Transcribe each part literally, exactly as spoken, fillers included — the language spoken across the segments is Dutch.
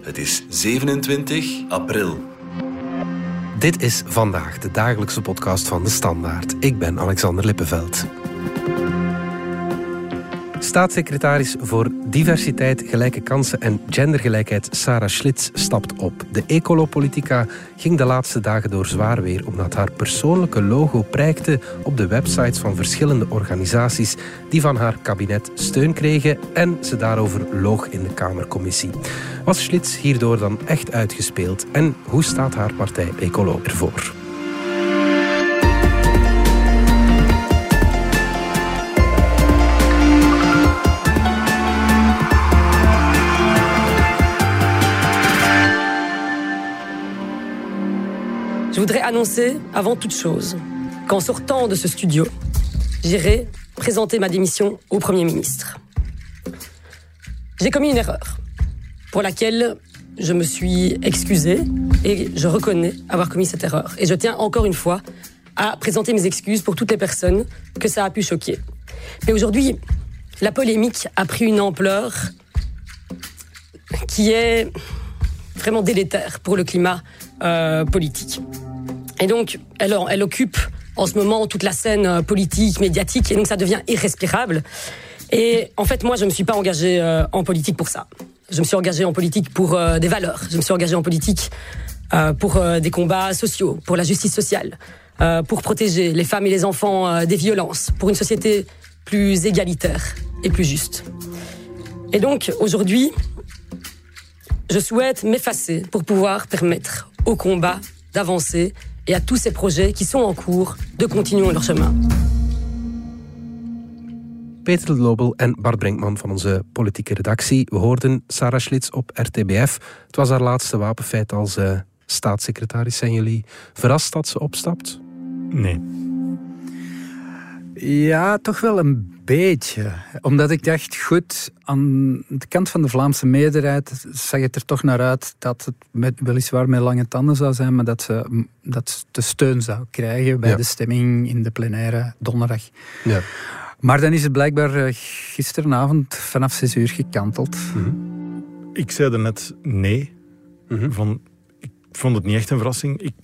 Het is zevenentwintig april. Dit is Vandaag, de dagelijkse podcast van De Standaard. Ik ben Alexander Lippenveld. Staatssecretaris voor Diversiteit, Gelijke Kansen en Gendergelijkheid Sarah Schlitz stapt op. De ecolopolitica ging de laatste dagen door zwaar weer omdat haar persoonlijke logo prijkte op de websites van verschillende organisaties die van haar kabinet steun kregen en ze daarover loog in de Kamercommissie. Was Schlitz hierdoor dan echt uitgespeeld en hoe staat haar partij Ecolo ervoor? Je voudrais annoncer, avant toute chose, qu'en sortant de ce studio, j'irai présenter ma démission au Premier ministre. J'ai commis une erreur, pour laquelle je me suis excusée et je reconnais avoir commis cette erreur. Et je tiens encore une fois à présenter mes excuses pour toutes les personnes que ça a pu choquer. Mais aujourd'hui, la polémique a pris une ampleur qui est vraiment délétère pour le climat euh, politique. Et donc, elle, elle occupe en ce moment toute la scène politique, médiatique, et donc ça devient irrespirable. Et en fait, moi, je ne me suis pas engagée euh, en politique pour ça. Je me suis engagée en politique pour euh, des valeurs. Je me suis engagée en politique euh, pour euh, des combats sociaux, pour la justice sociale, euh, pour protéger les femmes et les enfants euh, des violences, pour une société plus égalitaire et plus juste. Et donc, aujourd'hui, je souhaite m'effacer pour pouvoir permettre au combat d'avancer et à tous ces projets qui sont en cours de continuer leur chemin. Peter de Lobel en Bart Brinkman van onze politieke redactie. We hoorden Sarah Schlitz op R T B F. Het was haar laatste wapenfeit als uh, staatssecretaris. Zijn jullie verrast dat ze opstapt? Nee. Ja, toch wel een beetje. Omdat ik dacht, goed, aan de kant van de Vlaamse meerderheid zag het er toch naar uit dat het met, weliswaar met lange tanden zou zijn, maar dat ze, dat ze de steun zou krijgen bij ja. de stemming in de plenaire donderdag. Ja. Maar dan is het blijkbaar gisteravond vanaf zes uur gekanteld. Mm-hmm. Ik zei er net nee. Mm-hmm. Van, ik vond het niet echt een verrassing. Ik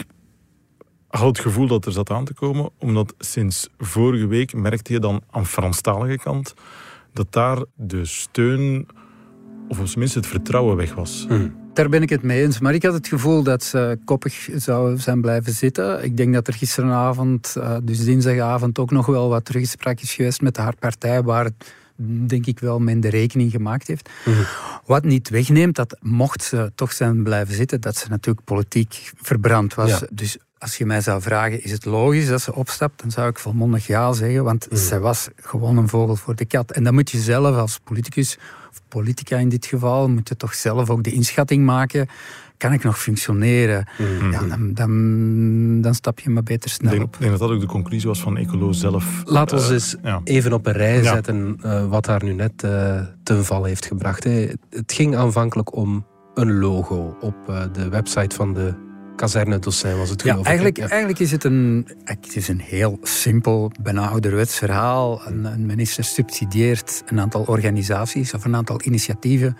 had het gevoel dat er zat aan te komen, omdat sinds vorige week merkte je dan aan Franstalige kant dat daar de steun, of op zijn minst het vertrouwen weg was. Mm. Daar ben ik het mee eens, maar ik had het gevoel dat ze koppig zou zijn blijven zitten. Ik denk dat er gisteravond, dus dinsdagavond, ook nog wel wat teruggespraak is geweest met haar partij, waar denk ik wel men de rekening gemaakt heeft. Mm-hmm. Wat niet wegneemt, dat mocht ze toch zijn blijven zitten, dat ze natuurlijk politiek verbrand was. Ja. Dus als je mij zou vragen, is het logisch dat ze opstapt, dan zou ik volmondig ja zeggen, want mm. zij was gewoon een vogel voor de kat. En dan moet je zelf als politicus, of politica in dit geval, moet je toch zelf ook de inschatting maken. Kan ik nog functioneren? Mm-hmm. Ja, dan, dan, dan stap je maar beter snel ik denk, op. Ik denk dat dat ook de conclusie was van Ecolo zelf. Laat ons uh, eens ja. even op een rij zetten uh, wat haar nu net uh, ten val heeft gebracht. Hè. Het ging aanvankelijk om een logo op uh, de website van de Kazerne Dossin, was het geloof ja, ik. Eigenlijk, ja. eigenlijk is het een, het is een heel simpel, bijna ouderwets verhaal. Een, een minister subsidieert een aantal organisaties of een aantal initiatieven,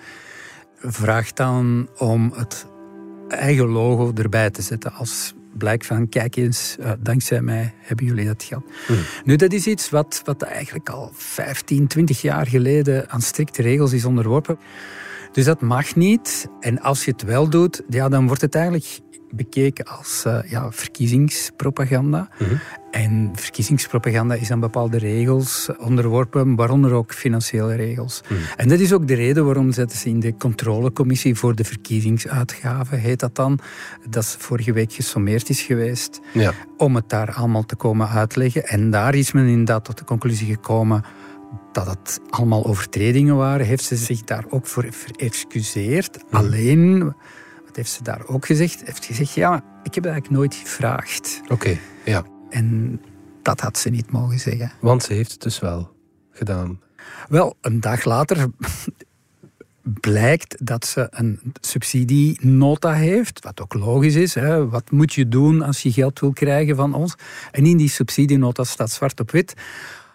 vraagt dan om het eigen logo erbij te zetten als blijk van, kijk eens, uh, dankzij mij hebben jullie dat gehad. Mm. Nu, dat is iets wat, wat eigenlijk al vijftien, twintig jaar geleden aan strikte regels is onderworpen. Dus dat mag niet. En als je het wel doet, ja, dan wordt het eigenlijk bekeken als uh, ja, verkiezingspropaganda. Mm-hmm. En verkiezingspropaganda is aan bepaalde regels onderworpen, waaronder ook financiële regels. Mm-hmm. En dat is ook de reden waarom zetten ze in de controlecommissie voor de verkiezingsuitgaven, heet dat dan, dat vorige week gesommeerd is geweest, ja. om het daar allemaal te komen uitleggen. En daar is men inderdaad tot de conclusie gekomen dat het allemaal overtredingen waren. Heeft ze zich daar ook voor verexcuseerd. Mm-hmm. Alleen, wat heeft ze daar ook gezegd? Heeft gezegd, ja, ik heb eigenlijk nooit gevraagd. Oké, okay, ja. En dat had ze niet mogen zeggen. Want ze heeft het dus wel gedaan. Wel, een dag later blijkt dat ze een subsidienota heeft, wat ook logisch is. Hè. Wat moet je doen als je geld wil krijgen van ons? En in die subsidienota staat zwart op wit,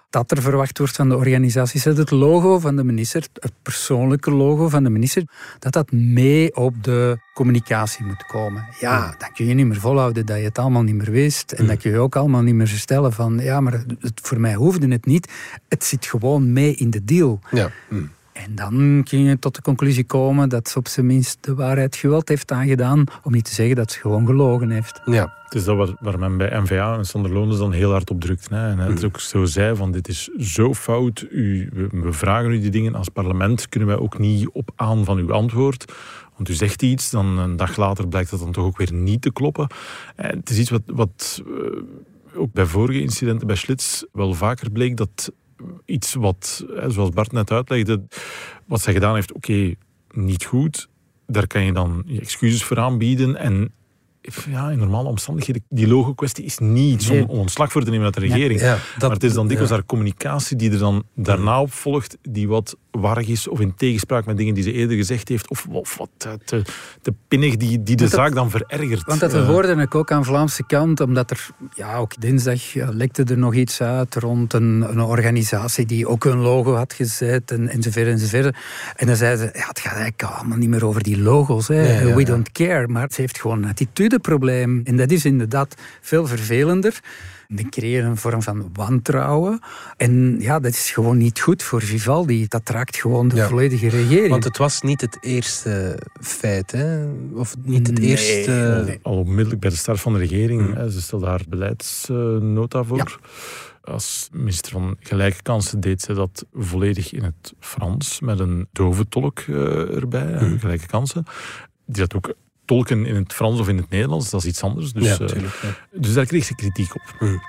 dat er verwacht wordt van de organisaties, dat het logo van de minister, het persoonlijke logo van de minister, dat dat mee op de communicatie moet komen. Ja, dan kun je niet meer volhouden dat je het allemaal niet meer wist. En dan kun je ook allemaal niet meer stellen van, ja, maar het, voor mij hoefde het niet. Het zit gewoon mee in de deal. Ja. Mm. En dan kun je tot de conclusie komen dat ze op zijn minst de waarheid geweld heeft aangedaan, om niet te zeggen dat ze gewoon gelogen heeft. Ja. Het is dat waar, waar men bij N V A en Sander Lones dan heel hard op drukt. Hè. En het mm. ook zo zei van, dit is zo fout, u, we, we vragen u die dingen. Als parlement kunnen wij ook niet op aan van uw antwoord. Want u zegt iets, dan een dag later blijkt dat dan toch ook weer niet te kloppen. En het is iets wat, wat uh, ook bij vorige incidenten bij Schlitz wel vaker bleek, dat iets wat, zoals Bart net uitlegde, wat zij gedaan heeft, oké, okay, niet goed. Daar kan je dan je excuses voor aanbieden. En ja, in normale omstandigheden, die logo-kwestie is niet nee. om ontslag voor te nemen uit de regering. Ja, ja, dat, maar het is dan dikwijls ja. haar communicatie die er dan daarna op volgt, die wat warrig is of in tegenspraak met dingen die ze eerder gezegd heeft, of, of wat te, te pinnig die, die de want zaak dat, dan verergert. Want dat hoorde ik ook aan de Vlaamse kant, omdat er, ja, ook dinsdag lekte er nog iets uit rond een, een organisatie die ook een logo had gezet en, enzovoort enzovoort. En dan zeiden ze, ja, het gaat eigenlijk allemaal niet meer over die logo's. Hè. Ja, ja, We ja. don't care. Maar ze heeft gewoon een attitudeprobleem. En dat is inderdaad veel vervelender. Die creëren een vorm van wantrouwen. En ja, dat is gewoon niet goed voor Vivaldi. Dat raakt gewoon de ja. volledige regering. Want het was niet het eerste feit, hè? Of niet het nee, eerste... Nee. Al onmiddellijk bij de start van de regering. Mm. Hè, ze stelde haar beleidsnota voor. Ja. Als minister van Gelijke Kansen deed ze dat volledig in het Frans. Met een dove tolk uh, erbij. Mm. Gelijke Kansen. Die dat ook... tolken in het Frans of in het Nederlands, dat is iets anders. Dus, ja, tuurlijk, ja. uh, dus daar kreeg ze kritiek op. Mm.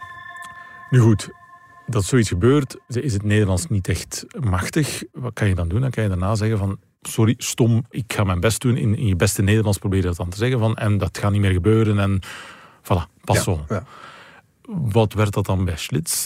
Nu goed, dat zoiets gebeurt, is het Nederlands niet echt machtig. Wat kan je dan doen? Dan kan je daarna zeggen van, sorry, stom, ik ga mijn best doen. In, in je beste Nederlands proberen dat dan te zeggen van, en dat gaat niet meer gebeuren. En voilà, pas zo. Ja, ja. Wat werd dat dan bij Schlitz?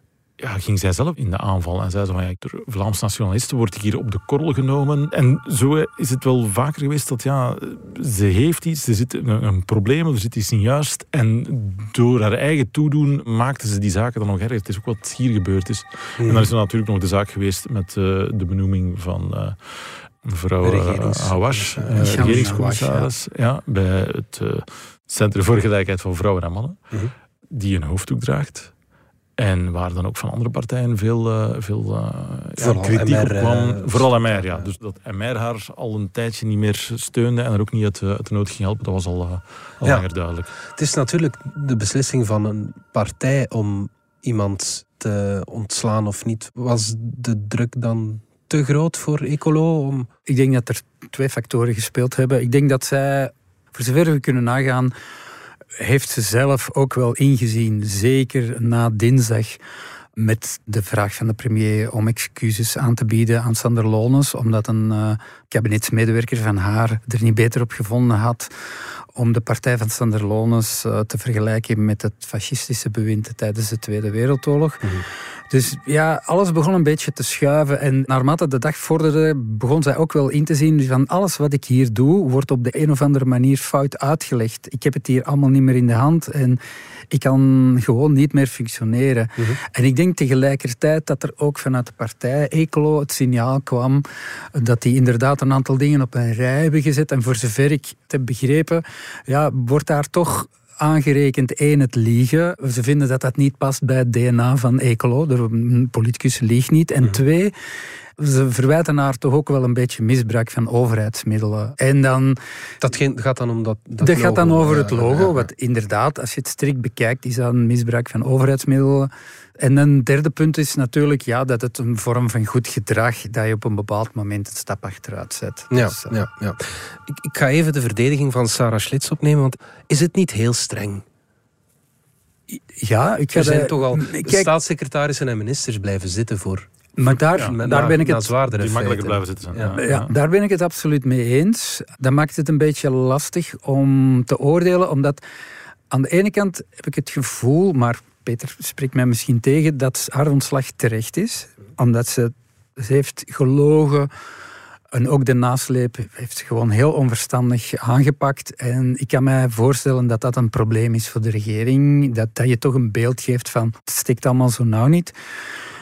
Ja, ging zij zelf in de aanval en zei ze van, ja, door Vlaams nationalisten word ik hier op de korrel genomen. En zo is het wel vaker geweest dat, ja, ze heeft iets, er zit een, een probleem, er zit iets niet juist. En door haar eigen toedoen maakte ze die zaken dan nog erger. Het is ook wat hier gebeurd is. Hmm. En dan is er natuurlijk nog de zaak geweest met uh, de benoeming van uh, mevrouw uh, Hawash, uh, regeringscommissaris, ja. Ja, bij het uh, Centrum voor Gelijkheid van Vrouwen en Mannen, hmm. die een hoofddoek draagt. En waar dan ook van andere partijen veel, uh, veel uh, ja, kritiek M R, op kwam. Uh, Vooral M R, ja. Dus dat M R haar al een tijdje niet meer steunde en er ook niet uit, uit de nood ging helpen, dat was al, uh, al ja. langer duidelijk. Het is natuurlijk de beslissing van een partij om iemand te ontslaan of niet. Was de druk dan te groot voor Ecolo? Om... Ik denk dat er twee factoren gespeeld hebben. Ik denk dat zij, voor zover we kunnen nagaan, heeft ze zelf ook wel ingezien, zeker na dinsdag, met de vraag van de premier om excuses aan te bieden aan Sander Lones, omdat een uh, kabinetsmedewerker van haar er niet beter op gevonden had om de partij van Sander Lones uh, te vergelijken met het fascistische bewind tijdens de Tweede Wereldoorlog. Mm-hmm. Dus ja, alles begon een beetje te schuiven. En naarmate de dag vorderde, begon zij ook wel in te zien van alles wat ik hier doe, wordt op de een of andere manier fout uitgelegd. Ik heb het hier allemaal niet meer in de hand en ik kan gewoon niet meer functioneren. Mm-hmm. En ik denk tegelijkertijd dat er ook vanuit de partij Ecolo het signaal kwam dat die inderdaad een aantal dingen op een rij hebben gezet. En voor zover ik het heb begrepen, ja, wordt daar toch aangerekend één, het liegen. Ze vinden dat dat niet past bij het D N A van Ecolo. De politicus liegt niet. En twee, ze verwijten haar toch ook wel een beetje misbruik van overheidsmiddelen. En dan... Dat gaat dan om dat, dat, dat gaat dan over het logo. Ja, ja. Wat inderdaad, als je het strikt bekijkt, is dat een misbruik van overheidsmiddelen. En een derde punt is natuurlijk ja, dat het een vorm van goed gedrag dat je op een bepaald moment een stap achteruit zet. Ja, dus, uh, ja, ja. Ik, ik ga even de verdediging van Sarah Schlitz opnemen, want is het niet heel streng? Ja, ik ga er zijn de, toch al kijk, staatssecretarissen en ministers blijven zitten voor... Maar daar, ja, daar na, ben ik het... Die makkelijker blijven zitten. Ja. Ja, ja, daar ben ik het absoluut mee eens. Dat maakt het een beetje lastig om te oordelen, omdat aan de ene kant heb ik het gevoel, maar Peter spreekt mij misschien tegen, dat haar ontslag terecht is. Omdat ze, ze heeft gelogen en ook de nasleep heeft ze gewoon heel onverstandig aangepakt. En ik kan mij voorstellen dat dat een probleem is voor de regering. Dat, dat je toch een beeld geeft van, het steekt allemaal zo nauw niet.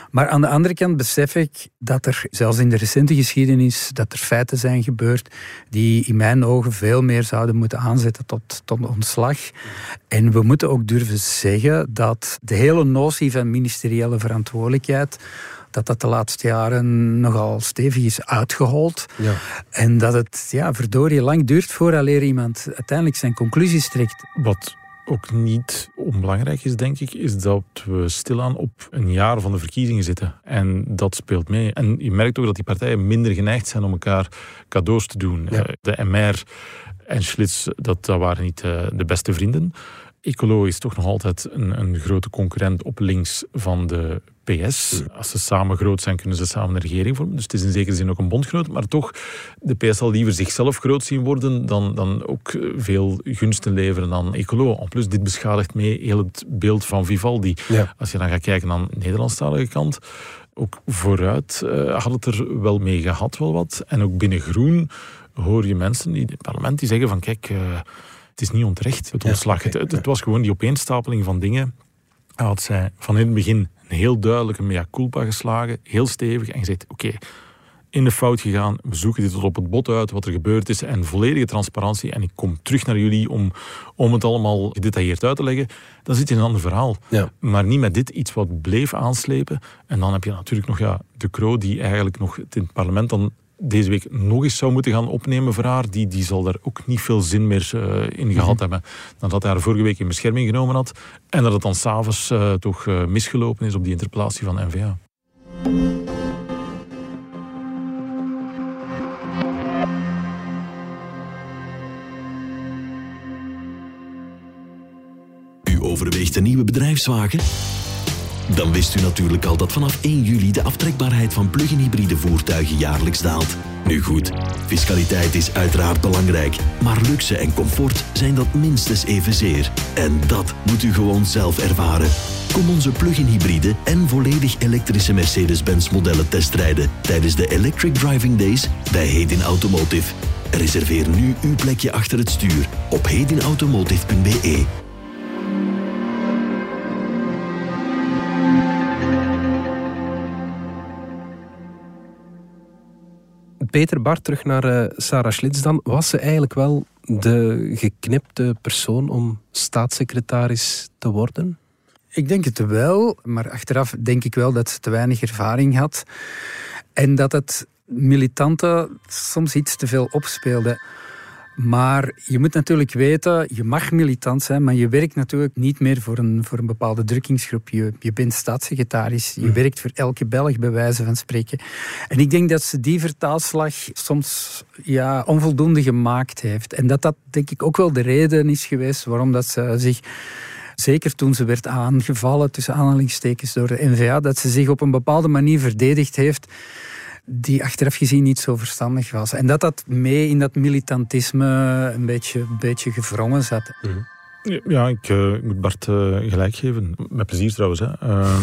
Maar aan de andere kant besef ik dat er, zelfs in de recente geschiedenis, dat er feiten zijn gebeurd die in mijn ogen veel meer zouden moeten aanzetten tot, tot ontslag. En we moeten ook durven zeggen dat de hele notie van ministeriële verantwoordelijkheid, dat dat de laatste jaren nogal stevig is uitgehold. Ja. En dat het ja, verdorie lang duurt vooraleer iemand uiteindelijk zijn conclusies trekt. Wat ook niet onbelangrijk is, denk ik, is dat we stilaan op een jaar van de verkiezingen zitten. En dat speelt mee. En je merkt ook dat die partijen minder geneigd zijn om elkaar cadeaus te doen. Ja. De M R en Schlitz, dat, dat waren niet de beste vrienden. Ecolo is toch nog altijd een, een grote concurrent op links van de P S. Als ze samen groot zijn, kunnen ze samen een regering vormen. Dus het is in zekere zin ook een bondgenoot. Maar toch, de P S zal liever zichzelf groot zien worden dan, dan ook veel gunsten leveren aan Ecolo. En plus, dit beschadigt mee heel het beeld van Vivaldi. Ja. Als je dan gaat kijken aan de Nederlandstalige kant, ook vooruit uh, had het er wel mee gehad, wel wat. En ook binnen Groen hoor je mensen die in het parlement die zeggen van kijk, uh, het is niet onterecht, het ontslag. Ja, okay. het, het was gewoon die opeenstapeling van dingen. Hij had zij van in het begin een heel duidelijke mea culpa geslagen, heel stevig, en gezegd, oké, okay, in de fout gegaan, we zoeken dit tot op het bot uit, wat er gebeurd is, en volledige transparantie, en ik kom terug naar jullie om, om het allemaal gedetailleerd uit te leggen. Dan zit je in een ander verhaal. Ja. Maar niet met dit iets wat bleef aanslepen. En dan heb je natuurlijk nog ja, De Croo, die eigenlijk nog in het parlement dan deze week nog eens zou moeten gaan opnemen voor haar, die, die zal daar ook niet veel zin meer uh, in gehad mm-hmm. hebben. Nadat hij haar vorige week in bescherming genomen had. En dat het dan s'avonds uh, toch uh, misgelopen is op die interpellatie van N V A. U overweegt een nieuwe bedrijfswagen? Dan wist u natuurlijk al dat vanaf één juli de aftrekbaarheid van plug-in hybride voertuigen jaarlijks daalt. Nu goed, fiscaliteit is uiteraard belangrijk, maar luxe en comfort zijn dat minstens evenzeer. En dat moet u gewoon zelf ervaren. Kom onze plug-in hybride en volledig elektrische Mercedes-Benz modellen testrijden tijdens de Electric Driving Days bij Hedin Automotive. Reserveer nu uw plekje achter het stuur op hedinautomotive punt b e. Peter, Bart, terug naar uh, Sarah Schlitz dan. Was ze eigenlijk wel de geknipte persoon om staatssecretaris te worden? Ik denk het wel, maar achteraf denk ik wel dat ze te weinig ervaring had. En dat het militante soms iets te veel opspeelde. Maar je moet natuurlijk weten, je mag militant zijn, maar je werkt natuurlijk niet meer voor een, voor een bepaalde drukkingsgroep. Je, je bent staatssecretaris, je mm. werkt voor elke Belg, bij wijze van spreken. En ik denk dat ze die vertaalslag soms ja, onvoldoende gemaakt heeft. En dat dat denk ik ook wel de reden is geweest waarom dat ze zich, zeker toen ze werd aangevallen, tussen aanhalingstekens door de N V A, dat ze zich op een bepaalde manier verdedigd heeft die achteraf gezien niet zo verstandig was. En dat dat mee in dat militantisme een beetje, een beetje gewrongen zat. Mm-hmm. Ja, ik uh, moet Bart uh, gelijk geven. Met plezier trouwens. Hè. Uh...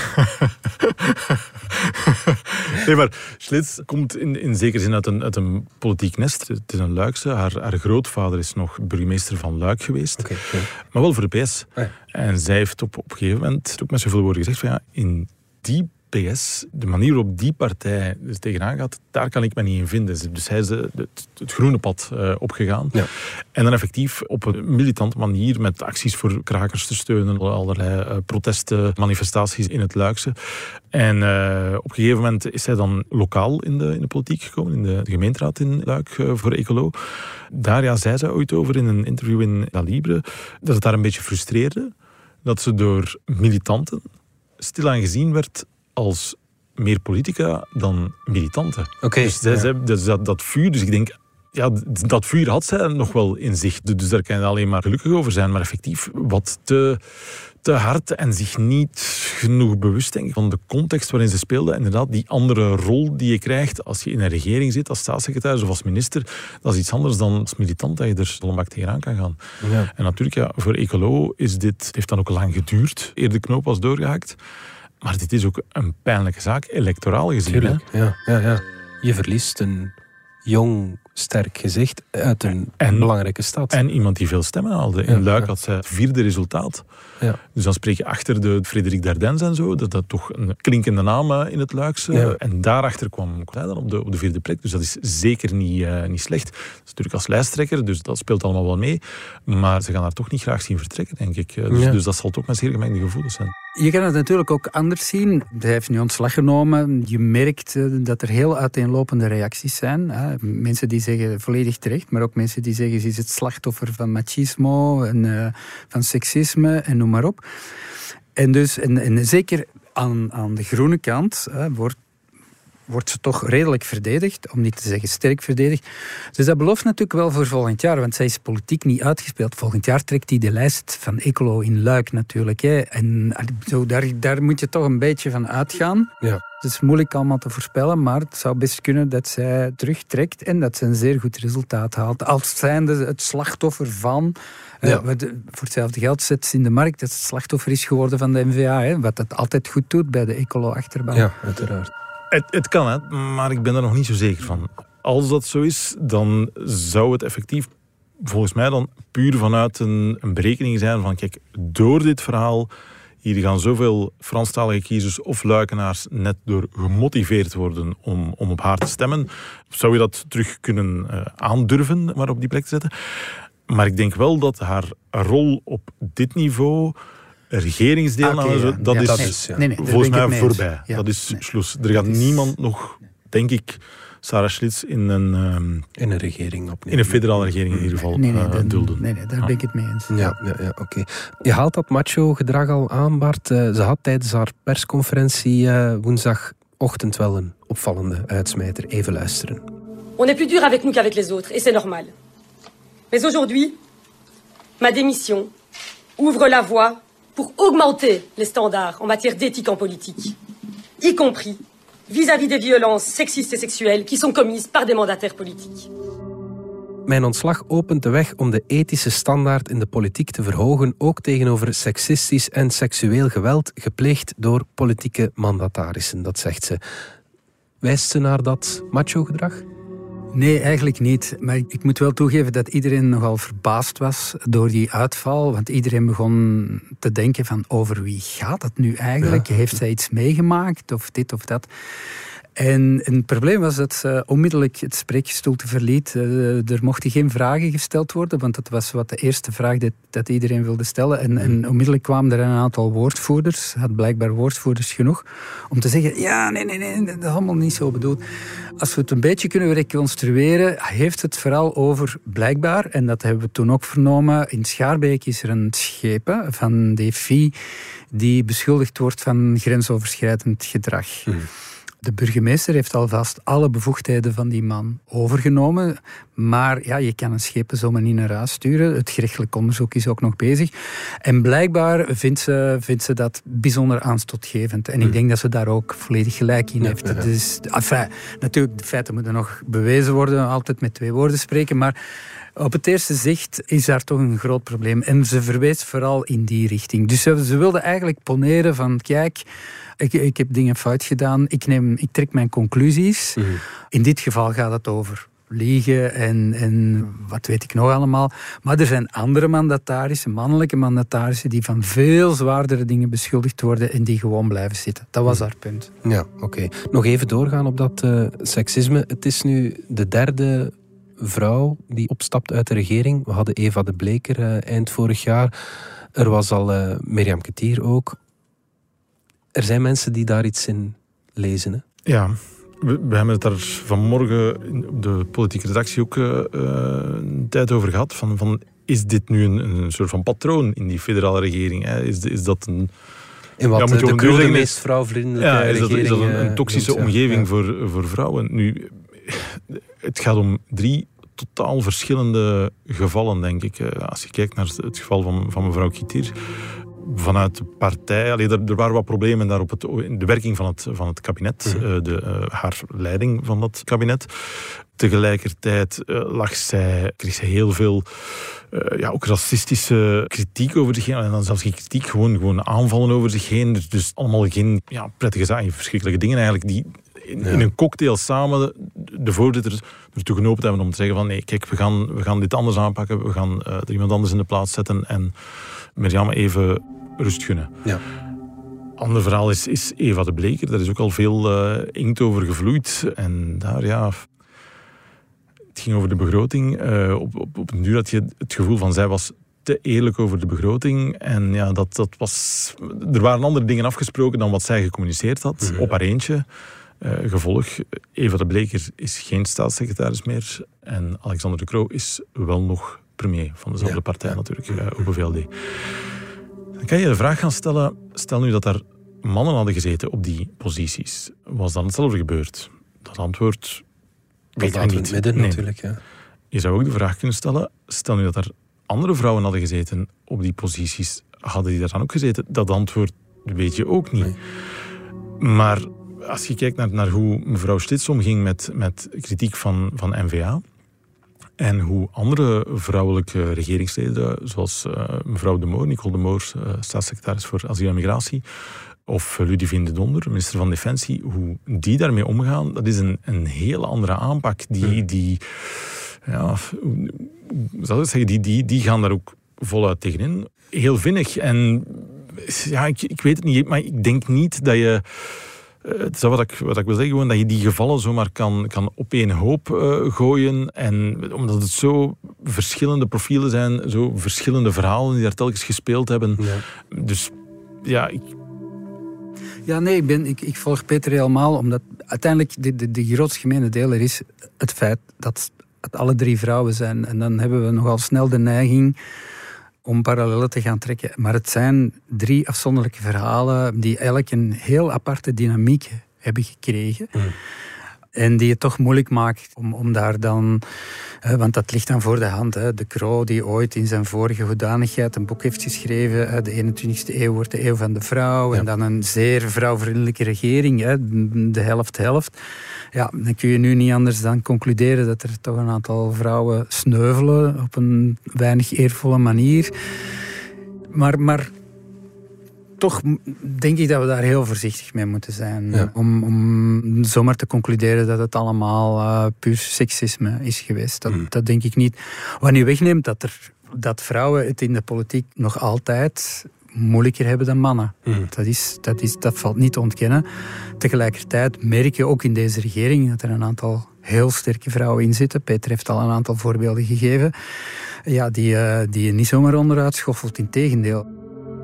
nee, maar Schlitz komt in, in zekere zin uit een, uit een politiek nest. Het is een Luikse. Haar, haar grootvader is nog burgemeester van Luik geweest. Okay, okay. Maar wel voor de P S. Ah, ja. En zij heeft op, op een gegeven moment ook met zoveel woorden gezegd van ja, in die P S, de manier waarop die partij dus tegenaan gaat, daar kan ik me niet in vinden. Dus hij is de, het, het groene pad uh, opgegaan. Ja. En dan effectief op een militante manier met acties voor krakers te steunen, allerlei uh, protesten, manifestaties in het Luikse. En uh, op een gegeven moment is hij dan lokaal in de, in de politiek gekomen, in de, de gemeenteraad in Luik uh, voor Ecolo. Daar ja, zei ze ooit over in een interview in La Libre dat het daar een beetje frustreerde dat ze door militanten stilaan gezien werd als meer politica dan militanten. Okay, dus zij, ja. zij, dus dat, dat vuur, dus ik denk, ja, dat vuur had zij nog wel in zich. Dus daar kan je alleen maar gelukkig over zijn. Maar effectief wat te, te hard en zich niet genoeg bewust, denk ik, van de context waarin ze speelde. Inderdaad, die andere rol die je krijgt als je in een regering zit, als staatssecretaris of als minister, dat is iets anders dan als militant, dat je er volmaakt tegenaan kan gaan. Ja. En natuurlijk, ja, voor Ecolo is dit, het heeft dan ook lang geduurd, eer de knoop was doorgehakt. Maar dit is ook een pijnlijke zaak, electoraal gezien. Tuurlijk, hè? Ja, ja, ja. Je verliest een jong, sterk gezicht uit een en, belangrijke stad. En iemand die veel stemmen haalde. In ja, Luik ja. had zij het vierde resultaat. Ja. Dus dan spreek je achter de Frederik Dardens en zo. Dat dat toch een klinkende naam in het Luikse. Ja. En daarachter kwam hij dan op de, op de vierde plek. Dus dat is zeker niet, uh, niet slecht. Dat is natuurlijk als lijsttrekker, dus dat speelt allemaal wel mee. Maar ze gaan haar toch niet graag zien vertrekken, denk ik. Dus, ja. dus dat zal toch met zeer gemengde gevoelens zijn. Je kan het natuurlijk ook anders zien. Hij heeft nu ontslag genomen. Je merkt dat er heel uiteenlopende reacties zijn. Mensen die zeggen volledig terecht, maar ook mensen die zeggen ze is het slachtoffer van machismo en uh, van seksisme en noem maar op. En, dus, en, en zeker aan, aan de groene kant uh, wordt wordt ze toch redelijk verdedigd, om niet te zeggen sterk verdedigd. Dus dat belooft natuurlijk wel voor volgend jaar, want zij is politiek niet uitgespeeld. Volgend jaar trekt hij de lijst van Ecolo in Luik natuurlijk. Hè. En zo, daar, daar moet je toch een beetje van uitgaan. Ja. Het is moeilijk allemaal te voorspellen, maar het zou best kunnen dat zij terugtrekt en dat ze een zeer goed resultaat haalt. Als zijnde het slachtoffer van... Ja. Uh, voor hetzelfde geld zet ze in de markt dat het slachtoffer is geworden van de N V A, hè, wat het altijd goed doet bij de Ecolo-achterban. Ja, uiteraard. Het, het kan, hè, maar ik ben er nog niet zo zeker van. Als dat zo is, dan zou het effectief, volgens mij dan puur vanuit een, een berekening zijn van, kijk, door dit verhaal, hier gaan zoveel Franstalige kiezers of Luikenaars net door gemotiveerd worden om, om op haar te stemmen. Zou je dat terug kunnen uh, aandurven, maar op die plek te zetten? Maar ik denk wel dat haar rol op dit niveau... regeringsdeelname, okay, ja. dat ja, is dat is, ja. nee, nee, volgens mij voorbij. Ja, dat is nee. Sloes. Er gaat is... niemand nog, denk ik, Sarah Schlitz in een... Um, in een regering opnemen. In een federale regering in ieder geval nee, nee, uh, dat, dulden. Nee, nee, daar ah. ben ik het mee eens. Ja, ja, ja oké. Okay. Je haalt dat macho-gedrag al aan, Bart. Uh, ze had tijdens haar persconferentie uh, woensdagochtend wel een opvallende uitsmijter. Even luisteren. On est plus dur avec nous qu'avec les autres, et c'est normal. Mais aujourd'hui, ma démission ouvre la voie pour augmenter les standards en matière d'éthique en politique, y compris vis-à-vis des violences sexistes et sexuelles qui sont commises par des mandataires politiques. Mijn ontslag opent de weg om de ethische standaard in de politiek te verhogen, ook tegenover seksistisch en seksueel geweld gepleegd door politieke mandatarissen, dat zegt ze. Wijst ze naar dat macho-gedrag? Nee, eigenlijk niet. Maar ik moet wel toegeven dat iedereen nogal verbaasd was door die uitval. Want iedereen begon te denken van over wie gaat het nu eigenlijk? Ja. Heeft zij iets meegemaakt of dit of dat? En, en het probleem was dat ze onmiddellijk het spreekgestoelte verliet. Uh, er mochten geen vragen gesteld worden, want dat was wat de eerste vraag dat, dat iedereen wilde stellen. En, en onmiddellijk kwamen er een aantal woordvoerders, had blijkbaar woordvoerders genoeg, om te zeggen, ja, nee, nee, nee, dat is allemaal niet zo bedoeld. Als we het een beetje kunnen reconstrueren, heeft het vooral over, blijkbaar, en dat hebben we toen ook vernomen, in Schaarbeek is er een schepen van D F I die beschuldigd wordt van grensoverschrijdend gedrag. Mm. De burgemeester heeft alvast alle bevoegdheden van die man overgenomen. Maar ja, je kan een schepen zomaar niet naar huis sturen. Het gerechtelijk onderzoek is ook nog bezig. En blijkbaar vindt ze, vindt ze dat bijzonder aanstootgevend. En ik denk dat ze daar ook volledig gelijk in heeft. Ja, ja. Dus, enfin, natuurlijk, de feiten moeten nog bewezen worden. Altijd met twee woorden spreken. Maar op het eerste zicht is daar toch een groot probleem. En ze verwees vooral in die richting. Dus ze, ze wilde eigenlijk poneren van, kijk, ik, ik heb dingen fout gedaan. Ik, neem, ik trek mijn conclusies. Mm. In dit geval gaat het over liegen en, en wat weet ik nog allemaal. Maar er zijn andere mandatarissen, mannelijke mandatarissen, die van veel zwaardere dingen beschuldigd worden en die gewoon blijven zitten. Dat was haar punt. Ja, oké. Okay. Nog even doorgaan op dat uh, seksisme. Het is nu de derde vrouw die opstapt uit de regering. We hadden Eva de Bleker uh, eind vorig jaar. Er was al uh, Mirjam Ketier ook. Er zijn mensen die daar iets in lezen, hè? Ja, we, we hebben het daar vanmorgen op de politieke redactie ook uh, een tijd over gehad. Van, van, is dit nu een, een soort van patroon in die federale regering? Hè? Is, is dat een... In wat ja, de krode meest vrouwvriendelijke ja, is dat, regering... Is dat een, een toxische noemt, omgeving ja. voor, voor vrouwen? Nu, het gaat om drie totaal verschillende gevallen, denk ik. Als je kijkt naar het geval van, van mevrouw Ketier, vanuit de partij, allee, er, er waren wat problemen daar op het, de werking van het, van het kabinet, mm-hmm. uh, de, uh, haar leiding van dat kabinet. Tegelijkertijd uh, lag zij, kreeg zij heel veel uh, ja, ook racistische kritiek over zich heen. En dan zelfs geen kritiek, gewoon, gewoon aanvallen over zich heen. Dus, dus allemaal geen ja, prettige zaken, verschrikkelijke dingen eigenlijk, die in, ja. in een cocktail samen de voorzitter ertoe genoopt hebben om te zeggen van nee, kijk, we gaan, we gaan dit anders aanpakken, we gaan uh, er iemand anders in de plaats zetten en Mirjam even rust gunnen. Ja. Ander verhaal is, is Eva de Bleker. Daar is ook al veel uh, inkt over gevloeid. En daar, ja... Het ging over de begroting. Uh, op, op, op een duur had je het gevoel van zij was te eerlijk over de begroting. En ja, dat, dat was... Er waren andere dingen afgesproken dan wat zij gecommuniceerd had. Mm-hmm. Op haar eentje. Uh, gevolg, Eva de Bleker is geen staatssecretaris meer. En Alexander De Croo is wel nog premier van dezelfde ja. partij natuurlijk, uh, O B V L D. Dan kan je de vraag gaan stellen, stel nu dat er mannen hadden gezeten op die posities. Was dan hetzelfde gebeurd? Dat antwoord weet ik niet. In het midden nee. natuurlijk, ja. Je zou ook de vraag kunnen stellen, stel nu dat er andere vrouwen hadden gezeten op die posities, hadden die daar dan ook gezeten? Dat antwoord weet je ook niet. Nee. Maar als je kijkt naar, naar hoe mevrouw Schlitz omging met, met kritiek van, van N V A, en hoe andere vrouwelijke regeringsleden, zoals uh, mevrouw De Moor, Nicole De Moor, uh, staatssecretaris voor asiel en migratie, of Ludivine de Donder, minister van Defensie, hoe die daarmee omgaan, dat is een, een hele andere aanpak. Die, die, ja, hoe zou ik zeggen, die, die, die gaan daar ook voluit tegenin. Heel vinnig. En ja, ik, ik weet het niet, maar ik denk niet dat je... Het is wat ik, wat ik wil zeggen, gewoon dat je die gevallen zomaar kan, kan op één hoop uh, gooien. En omdat het zo verschillende profielen zijn, zo verschillende verhalen die daar telkens gespeeld hebben. Ja. Dus ja, ik... Ja, nee, ik, ben, ik, ik volg Peter helemaal, omdat uiteindelijk de, de, de grootste gemene deler is het feit dat het alle drie vrouwen zijn. En dan hebben we nogal snel de neiging om parallellen te gaan trekken. Maar het zijn drie afzonderlijke verhalen die eigenlijk een heel aparte dynamiek hebben gekregen. Mm. En die het toch moeilijk maakt om, om daar dan... Eh, want dat ligt dan voor de hand. Hè. De Croo, die ooit in zijn vorige hoedanigheid een boek heeft geschreven. Hè. De eenentwintigste eeuw wordt de eeuw van de vrouw. Ja. En dan een zeer vrouwvriendelijke regering. Hè. De helft-helft. Ja, dan kun je nu niet anders dan concluderen dat er toch een aantal vrouwen sneuvelen op een weinig eervolle manier. Maar... maar toch denk ik dat we daar heel voorzichtig mee moeten zijn. Ja. Om, om zomaar te concluderen dat het allemaal uh, puur seksisme is geweest. Dat, mm. dat denk ik niet. Wat niet wegneemt dat, er, dat vrouwen het in de politiek nog altijd moeilijker hebben dan mannen. Mm. Dat, is, dat, is, dat valt niet te ontkennen. Tegelijkertijd merk je ook in deze regering dat er een aantal heel sterke vrouwen in zitten. Peter heeft al een aantal voorbeelden gegeven. Ja, die, uh, die je niet zomaar onderuit schoffelt, integendeel.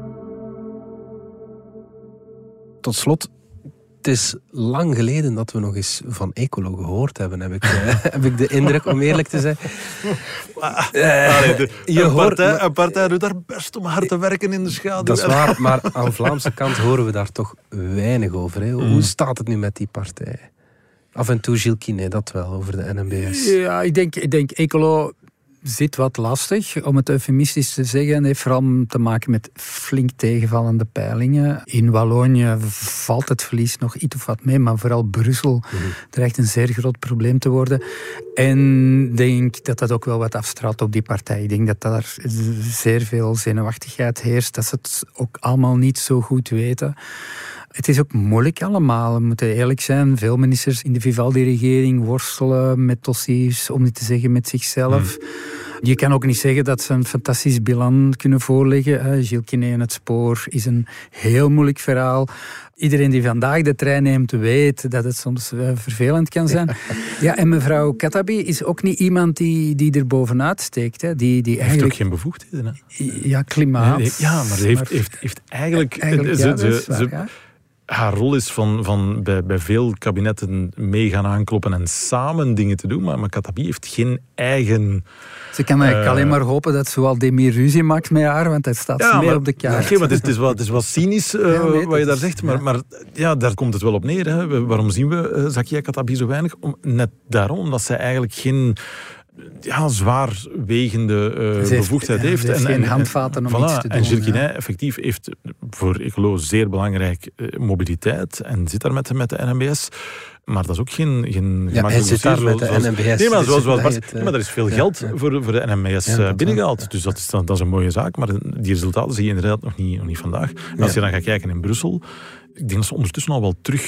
Tot slot, het is lang geleden dat we nog eens van Ecolo gehoord hebben, heb ik, uh, heb ik de indruk, om eerlijk te zijn. Uh, Allee, de, je een, hoort, partij, een partij doet daar best om hard te werken in de schaduw. Dat is waar, maar aan Vlaamse kant horen we daar toch weinig over. Hè. Hoe mm. staat het nu met die partij? Af en toe Gilles Quinet, dat wel, over de N M B S. Ja, ik denk, ik denk Ecolo zit wat lastig, om het eufemistisch te zeggen. Het heeft vooral te maken met flink tegenvallende peilingen. In Wallonië valt het verlies nog iets of wat mee, maar vooral Brussel mm-hmm. dreigt een zeer groot probleem te worden. En ik denk dat dat ook wel wat afstraalt op die partij. Ik denk dat daar zeer veel zenuwachtigheid heerst, dat ze het ook allemaal niet zo goed weten. Het is ook moeilijk allemaal, we moeten eerlijk zijn. Veel ministers in de Vivaldi-regering worstelen met dossiers, om niet te zeggen met zichzelf. Hmm. Je kan ook niet zeggen dat ze een fantastisch bilan kunnen voorleggen. Gilles Quinet en het spoor is een heel moeilijk verhaal. Iedereen die vandaag de trein neemt weet dat het soms vervelend kan zijn. Ja, en mevrouw Khattabi is ook niet iemand die, die er bovenuit steekt. Hè. Die, die heeft eigenlijk... ook geen bevoegdheden. Hè? Ja, klimaat. Ja, maar ze heeft, maar... heeft, heeft eigenlijk... eigenlijk ja, ze, waar, ze, ja. Haar rol is van, van bij, bij veel kabinetten mee gaan aankloppen en samen dingen te doen, maar, maar Khattabi heeft geen eigen... Ze kan eigenlijk uh, alleen maar hopen dat ze wel Demi ruzie maakt met haar, want dat staat ja, mee op de kaart. Okay, maar het, is, het, is wat, het is wat cynisch uh, ja, nee, wat je daar zegt, maar, ja. maar ja, daar komt het wel op neer. Hè. Waarom zien we uh, Zakia Khattabi zo weinig? Om, net daarom, omdat zij eigenlijk geen... ja, zwaarwegende uh, heeft, bevoegdheid heeft. Ze heeft en, geen en, handvaten om voilà, iets te doen. En Gilles Quinet ja. effectief heeft voor Ecolo zeer belangrijk uh, mobiliteit en zit daar met, met de N M B S. Maar dat is ook geen, geen ja, hij zit daar met de zoals, N M B S. Nee, maar, zoals, zoals Bart, het, uh, nee, maar er is veel ja, geld ja. Voor, voor de N M B S ja, uh, binnengehaald. Ja. Dus dat is, dat is een mooie zaak. Maar die resultaten zie je inderdaad nog niet, nog niet vandaag. En als ja. je dan gaat kijken in Brussel, ik denk dat ze ondertussen al wel terug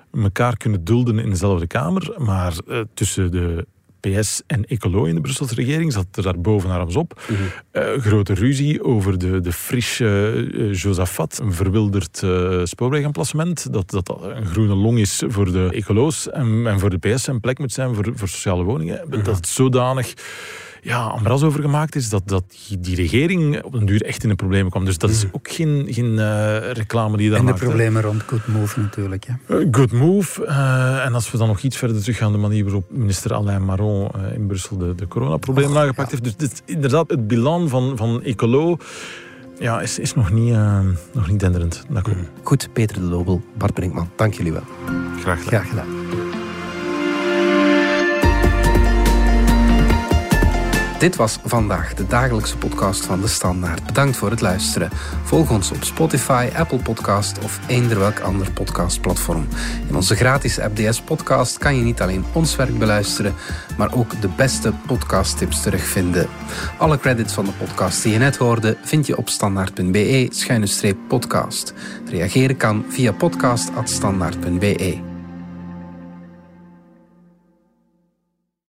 elkaar kunnen dulden in dezelfde kamer, maar uh, tussen de P S en Ecolo in de Brusselse regering zat er daar bovenaan op. Mm-hmm. Uh, grote ruzie over de, de Frische uh, Josafat, een verwilderd uh, spoorwegemplacement, dat, dat een groene long is voor de Ecolo's en, en voor de P S een plek moet zijn voor, voor sociale woningen. Mm-hmm. Dat het zodanig ja, ambras over gemaakt is dat, dat die regering op den duur echt in de problemen kwam. Dus dat is ook geen, geen uh, reclame die je daar en de maakt. problemen hè? Rond Good Move natuurlijk. Ja. Uh, good Move. Uh, en als we dan nog iets verder teruggaan, de manier waarop minister Alain Maron uh, in Brussel de, de coronaproblemen oh, aangepakt ja. heeft. Dus dit, inderdaad, het bilan van, van Ecolo ja, is, is nog niet, uh, nog niet denderend. Goed, Peter de Lobel, Bart Brinkman, dank jullie wel. Graag gedaan. Graag gedaan. Dit was vandaag de dagelijkse podcast van De Standaard. Bedankt voor het luisteren. Volg ons op Spotify, Apple Podcast of eender welk ander podcastplatform. In onze gratis app D S Podcast kan je niet alleen ons werk beluisteren, maar ook de beste podcasttips terugvinden. Alle credits van de podcast die je net hoorde vind je op standaard.be schuine streep podcast. Reageren kan via podcast apenstaartje standaard punt be.